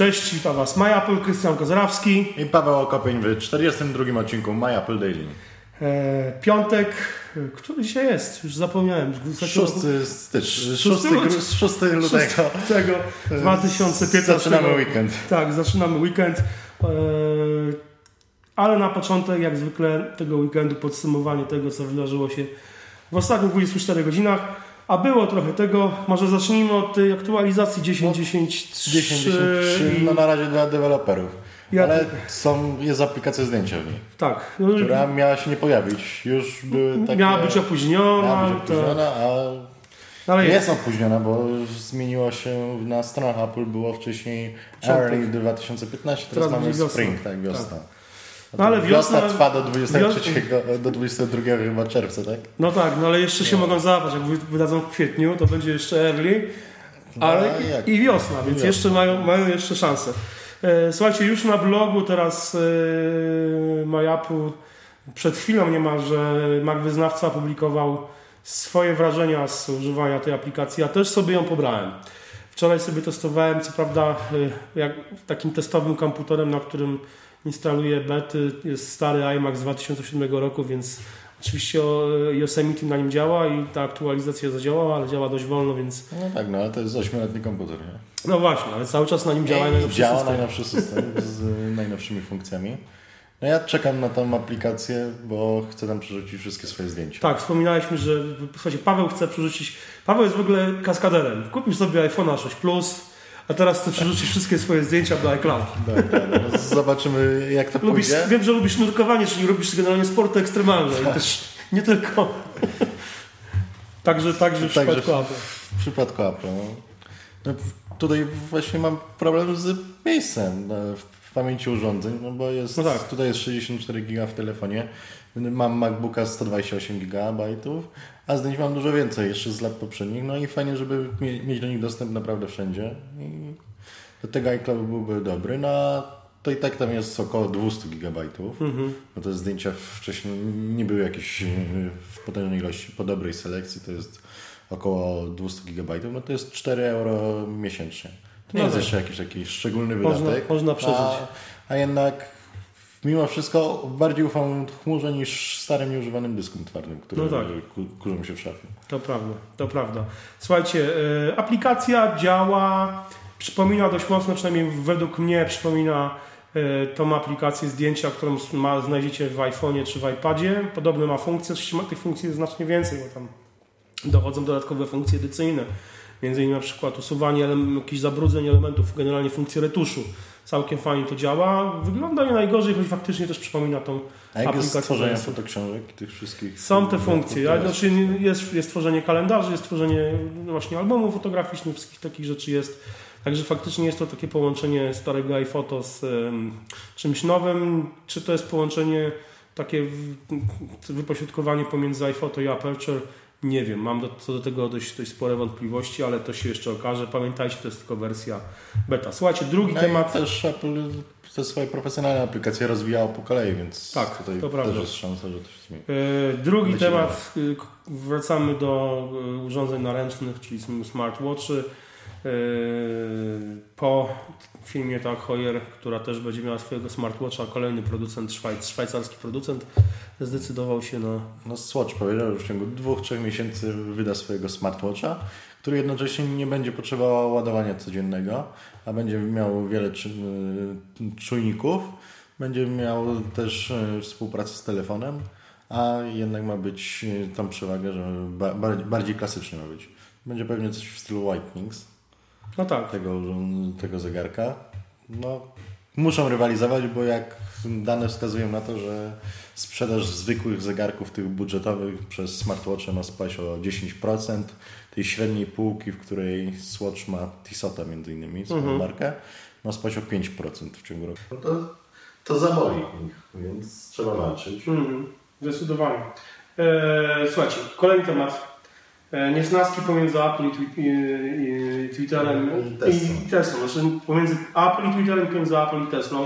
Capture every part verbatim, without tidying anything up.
Cześć, witam Was MyApple, Krystian Kozrawski i Paweł Okopień w czterdziestym drugim odcinku MyApple Daily. E, piątek, który dzisiaj jest? Już zapomniałem. szósty stycznia, szóstego lutego dwa tysiące piętnastego. Zaczynamy weekend. Tak, zaczynamy weekend. E, ale na początek, jak zwykle, tego weekendu podsumowanie tego, co wydarzyło się w ostatnich dwudziestu czterech godzinach. A było trochę tego. Może zacznijmy od tej aktualizacji dziesięć dziesięć trzy. No na razie dla deweloperów. Ja ale są, jest aplikacja zdjęciowa, tak, no, która miała się nie pojawić. Już były takie... Miała być opóźniona. Miała być opóźniona, to... a ale jest, jest opóźniona, bo zmieniło się na stronach Apple. Było wcześniej Early dwa tysiące piętnaście, teraz, teraz mamy Spring, tak, wiosna. Tak. No ale wiosna, wiosna trwa do dwudziestego trzeciego, do dwudziestego drugiego chyba czerwca, tak? No tak, no ale jeszcze się no. mogą załapać. Jak wydadzą w kwietniu, to będzie jeszcze early, ale no, i wiosna, więc wiosna. jeszcze mają, mają jeszcze szansę. E, słuchajcie, już na blogu teraz e, MyApple przed chwilą niemalże Mac Wyznawca opublikował swoje wrażenia z używania tej aplikacji. Ja też sobie ją pobrałem. Wczoraj sobie testowałem, co prawda e, jak takim testowym komputerem, na którym instaluję bety, jest stary iMac z dwa tysiące siódmego roku, więc oczywiście Yosemite na nim działa i ta aktualizacja zadziałała, ale działa dość wolno, więc... No tak, no ale to jest ośmioletni komputer, nie? No właśnie, ale cały czas na nim działa najnowszy działa system. najnowszy system z najnowszymi funkcjami. No ja czekam na tą aplikację, bo chcę tam przerzucić wszystkie swoje zdjęcia. Tak, wspominaliśmy, że słuchajcie, Paweł chce przerzucić... Paweł jest w ogóle kaskaderem. Kupił sobie iPhone'a sześć plus, a teraz chcę przerzucić wszystkie swoje zdjęcia do iCloud. Tak, tak. No zobaczymy, jak to lubisz, pójdzie. Wiem, że lubisz nurkowanie, czyli robisz generalnie sporty ekstremalne. I też nie tylko. także, także w także przypadku Apple. W, w przypadku Apple. No. No, tutaj właśnie mam problem z miejscem no, w, w pamięci urządzeń, no bo jest, no tak. tutaj jest sześćdziesiąt cztery giga w telefonie. Mam MacBooka sto dwadzieścia osiem gigabajtów, a zdjęć mam dużo więcej jeszcze z lat poprzednich. No i fajnie, żeby mieć do nich dostęp naprawdę wszędzie. I do tego iCloud byłby dobry. No to i tak tam jest około dwieście gigabajtów, mhm. bo te zdjęcia wcześniej nie były jakieś w potężnej ilości. Po dobrej selekcji to jest około dwieście gigabajtów. No to jest cztery euro miesięcznie. To nie no jest tak. jeszcze jakiś, jakiś szczególny wydatek. Można, można przeżyć. A, a jednak... Mimo wszystko bardziej ufam chmurze niż starym nieużywanym dyskom twardym, które no tak. kurzą się w szafie. To prawda, to prawda. Słuchajcie, yy, aplikacja działa, przypomina dość mocno, przynajmniej według mnie przypomina yy, tą aplikację zdjęcia, którą ma, znajdziecie w iPhone'ie czy w iPadzie. Podobne ma funkcje, oczywiście ma tych funkcji jest znacznie więcej, bo tam dochodzą dodatkowe funkcje edycyjne. Między innymi na przykład usuwanie ele- jakichś zabrudzeń elementów, generalnie funkcje retuszu. Całkiem fajnie to działa. Wygląda nie najgorzej, choć faktycznie też przypomina tą A jak aplikację. jest tworzenie fotoksiążek i tych wszystkich... Są te funkcje. Ja, znaczy jest, jest tworzenie kalendarzy, jest tworzenie właśnie albumów fotograficznych, wszystkich takich rzeczy jest. Także faktycznie jest to takie połączenie starego iPhoto z um, czymś nowym. Czy to jest połączenie, takie w, wypośrodkowanie pomiędzy iPhoto i Aperture? Nie wiem, mam do, co do tego dość, dość spore wątpliwości, ale to się jeszcze okaże. Pamiętajcie, to jest tylko wersja beta. Słuchajcie, drugi no temat... też Apple te swoje profesjonalne aplikacje rozwijało po kolei, więc tak, tutaj to też prawda. jest szansa, że to się zmieni. Yy, drugi Leci temat, yy, wracamy do yy, urządzeń naręcznych, czyli smartwatchy. Yy, po firmie Tag Heuer, która też będzie miała swojego smartwatcha, kolejny producent, szwajc, szwajcarski producent zdecydował się na... No Swatch powiedział, że w ciągu dwóch, trzech miesięcy wyda swojego smartwatcha, który jednocześnie nie będzie potrzebował ładowania codziennego, a będzie miał wiele czujników, będzie miał też współpracę z telefonem, a jednak ma być tą przewagę, że bardziej klasyczny ma być. Będzie pewnie coś w stylu Lightnings. No tak. Tego, tego zegarka. No, muszą rywalizować, bo jak dane wskazują na to, że sprzedaż zwykłych zegarków tych budżetowych przez smartwatche ma spaść o dziesięć procent. Tej średniej półki, w której Swatch ma Tissota między innymi, swoją mhm. markę, ma spaść o pięć procent w ciągu roku. No to, to zaboli ich, więc trzeba walczyć. Mhm. Zdecydowanie. Eee, słuchajcie, kolejny temat. Niesnaski pomiędzy Apple i, twi- i, i Twitterem i, i Teslą. Znaczy pomiędzy Apple i Twitterem, pomiędzy Apple i Teslą.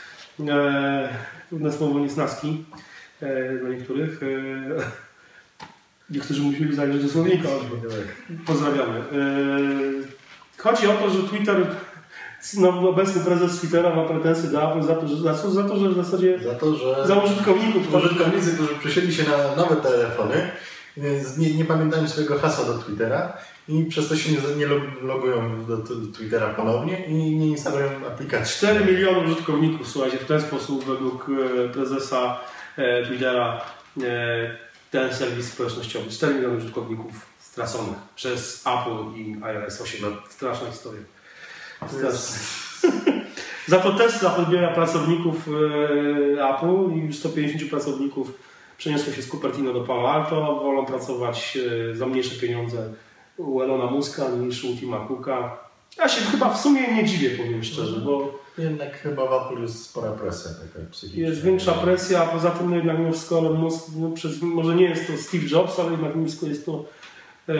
E, trudne słowo niesnaski e, dla niektórych. E, niektórzy musieli zajrzeć do słownika. Pozdrawiamy. E, chodzi o to, że Twitter no, obecny prezes Twittera ma pretensje do Apple za to, że, za, za to, że w zasadzie za, to, że za użytkowników. Użytkownicy, którzy przesiedli się na nowe telefony, nie, nie pamiętają swojego hasła do Twittera i przez to się nie, nie logują do Twittera ponownie i nie instalują aplikacji. cztery miliony użytkowników, słuchajcie, w ten sposób według prezesa Twittera ten serwis społecznościowy. cztery miliony użytkowników straconych przez Apple i iOS osiem. Straszna historia. Za to Tesla podbiera pracowników Apple i już sto pięćdziesięciu pracowników przeniosło się z Cupertino do Palo Alto. Wolą pracować za mniejsze pieniądze u Elona Muska niż u Tima Cooka. Ja się chyba w sumie nie dziwię, powiem szczerze, bo jednak chyba w Apple jest spora presja taka psychiczna. Jest większa presja, a poza tym no jednak mimo wszystko Elon Musk, no przez, może nie jest to Steve Jobs, ale jednak mimo wszystko jest to e,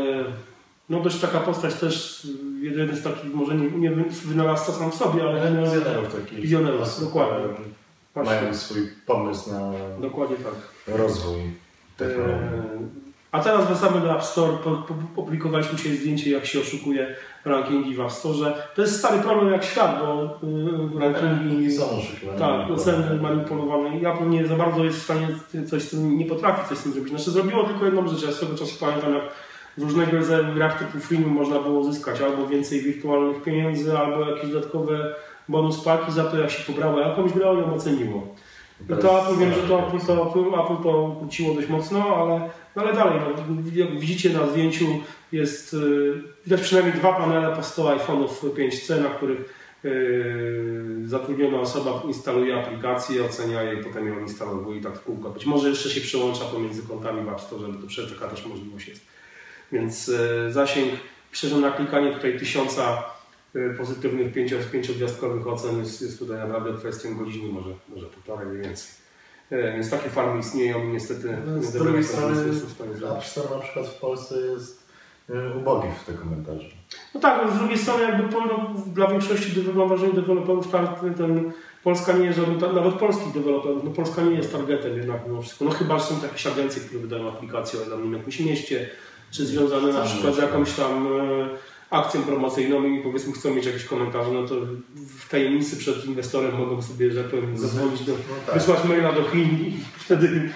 no dość taka postać też, jeden z takich, może nie, nie wynalazca sam w sobie, ale ale wizjonerów takich. Wizjonerów, dokładnie. Mają swój pomysł na dokładnie tak. rozwój technologii. E, A teraz wracamy do App Store. Opublikowaliśmy dzisiaj zdjęcie, jak się oszukuje rankingi w App Store. To jest stary problem jak świat, bo yy, rankingi są oszukiwane. Tak, oceny manipulowane. I Apple nie za bardzo jest w stanie coś z tym, nie potrafi coś z tym zrobić. Znaczy zrobiło tylko jedną rzecz. Ja z tego czasu pamiętam, jak w różnego rodzaju grach typu freemium można było uzyskać albo więcej wirtualnych pieniędzy, albo jakieś dodatkowe bonus paki za to, jak się pobrało jakąś grę i ją oceniło. I to Apple, wiem, że to Apple to, Apple to kłóciło dość mocno, ale, ale dalej, no, jak widzicie na zdjęciu jest widać przynajmniej dwa panele po sto iPhone'ów pięć C, na których yy, zatrudniona osoba instaluje aplikację, ocenia je, potem ją instaluje i tak w kółko. Być może jeszcze się przełącza pomiędzy kontami w App Store, żeby to przecież taka też możliwość jest. Więc yy, zasięg, myślę, że na klikanie tutaj tysiąca pozytywnych pięciogwiazdkowych ocen jest, jest tutaj naprawdę kwestią godziny, może, może półtorej mniej więcej. E, więc takie farmy istnieją i niestety... No, z drugiej strony App Store na przykład w Polsce jest ubogi w te komentarze. No tak, ale z drugiej strony jakby no, dla większości mam wrażenie deweloperów ten, ten, Polska nie jest żadnym, nawet polskich deweloperów, no Polska nie jest targetem jednak mimo wszystko. No chyba, że są jakieś agencje, które wydają aplikacje o danym jakimś mieście, czy związane na przykład z jakąś tam akcją promocyjną i powiedzmy chcą mieć jakieś komentarze, no to w tajemnicy przed inwestorem mogą sobie, że powiem, zadzwonić do, no tak. wysłać maila do Chin i wtedy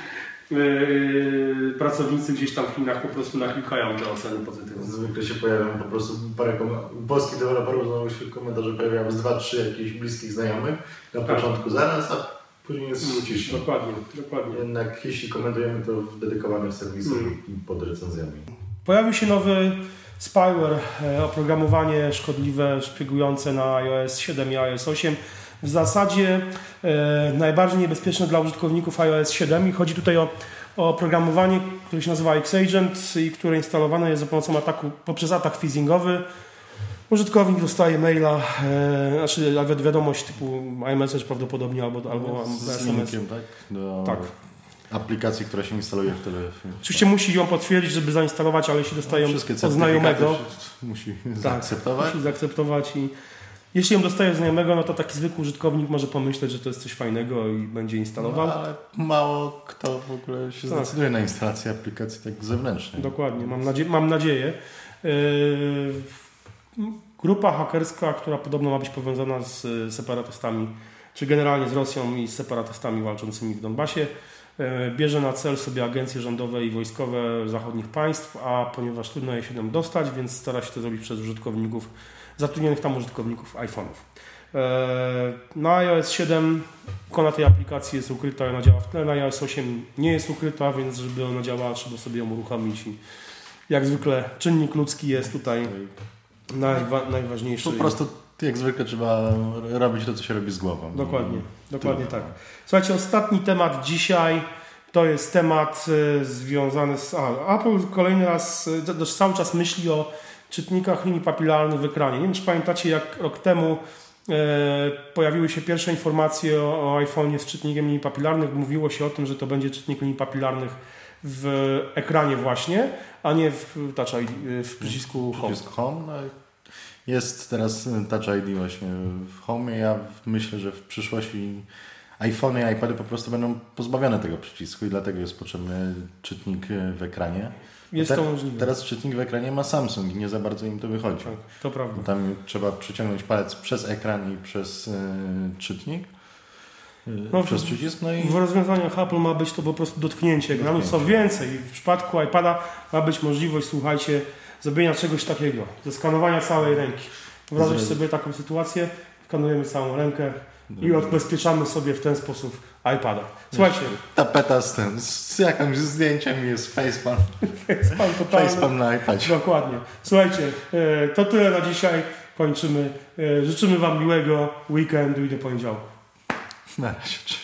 yy, pracownicy gdzieś tam w Chinach po prostu naklikają te oceny pozytywne. Zwykle się pojawiają po prostu parę kom- polskich deweloperów, znowu się komentarze pojawiają z dwa, trzy jakichś bliskich znajomych na tak. początku zaraz, a później jest cisza. Dokładnie, dokładnie. Jednak jeśli komentujemy to w dedykowanych serwisach mm. pod recenzjami. Pojawił się nowy spyware, oprogramowanie szkodliwe, szpiegujące na iOS siedem i iOS osiem. W zasadzie e, najbardziej niebezpieczne dla użytkowników iOS siedem i chodzi tutaj o, o oprogramowanie, które się nazywa X-Agent i które instalowane jest za pomocą ataku, poprzez atak phishingowy. Użytkownik dostaje maila, e, znaczy wiadomość typu iMessage prawdopodobnie albo, albo z S M S. Linkiem, tak? Do... tak. Aplikacji, która się instaluje w telefonie. Oczywiście musi ją potwierdzić, żeby zainstalować, ale jeśli dostają od znajomego, musi tak, zaakceptować. Musi zaakceptować i jeśli ją dostaje od znajomego, no to taki zwykły użytkownik może pomyśleć, że to jest coś fajnego i będzie instalował. No, ale mało kto w ogóle się tak. zdecyduje na instalację aplikacji tak zewnętrznej. Dokładnie, mam, nadzie- mam nadzieję. Yy, grupa hakerska, która podobno ma być powiązana z separatystami, czy generalnie z Rosją i z separatystami walczącymi w Donbasie, bierze na cel sobie agencje rządowe i wojskowe zachodnich państw, a ponieważ trudno je się tam dostać, więc stara się to zrobić przez użytkowników, zatrudnionych tam użytkowników iPhone'ów. Na iOS siedem ikona tej aplikacji jest ukryta, ona działa w tle, na iOS osiem nie jest ukryta, więc żeby ona działała, trzeba sobie ją uruchomić i jak zwykle czynnik ludzki jest tutaj najwa- najważniejszy. Po prostu jak zwykle trzeba robić to, co się robi z głową. Dokładnie, dokładnie tak. Słuchajcie, ostatni temat dzisiaj to jest temat y, związany z... A, Apple kolejny raz, y, cały czas myśli o czytnikach linii papilarnych w ekranie. Nie wiem, czy pamiętacie, jak rok temu y, pojawiły się pierwsze informacje o, o iPhone'ie z czytnikiem linii papilarnych. Mówiło się o tym, że to będzie czytnik linii papilarnych w ekranie właśnie, a nie w Touch I D, w przycisku Home. Przycisk home no. Jest teraz Touch I D właśnie w Home. Ja myślę, że w przyszłości iPhony i iPady po prostu będą pozbawione tego przycisku i dlatego jest potrzebny czytnik w ekranie. Jest te, to możliwe. Teraz czytnik w ekranie ma Samsung i nie za bardzo im to wychodzi. Tak, to prawda. Tam trzeba przyciągnąć palec przez ekran i przez yy, czytnik. No, przez przycisk. No i... W rozwiązaniach Apple ma być to po prostu dotknięcie ekranu. Co więcej, w przypadku iPada ma być możliwość, słuchajcie, zrobienia czegoś takiego. Zeskanowania całej ręki. Wyobraź sobie taką sytuację, skanujemy całą rękę i odbezpieczamy sobie w ten sposób iPada. Słuchajcie. Tapeta z tym, z jakimś zdjęciem jest facepalm. facepalm totalny. Facepalm na iPadzie. Dokładnie. Słuchajcie, to tyle na dzisiaj. Kończymy. Życzymy Wam miłego weekendu i do poniedziałku. Na razie.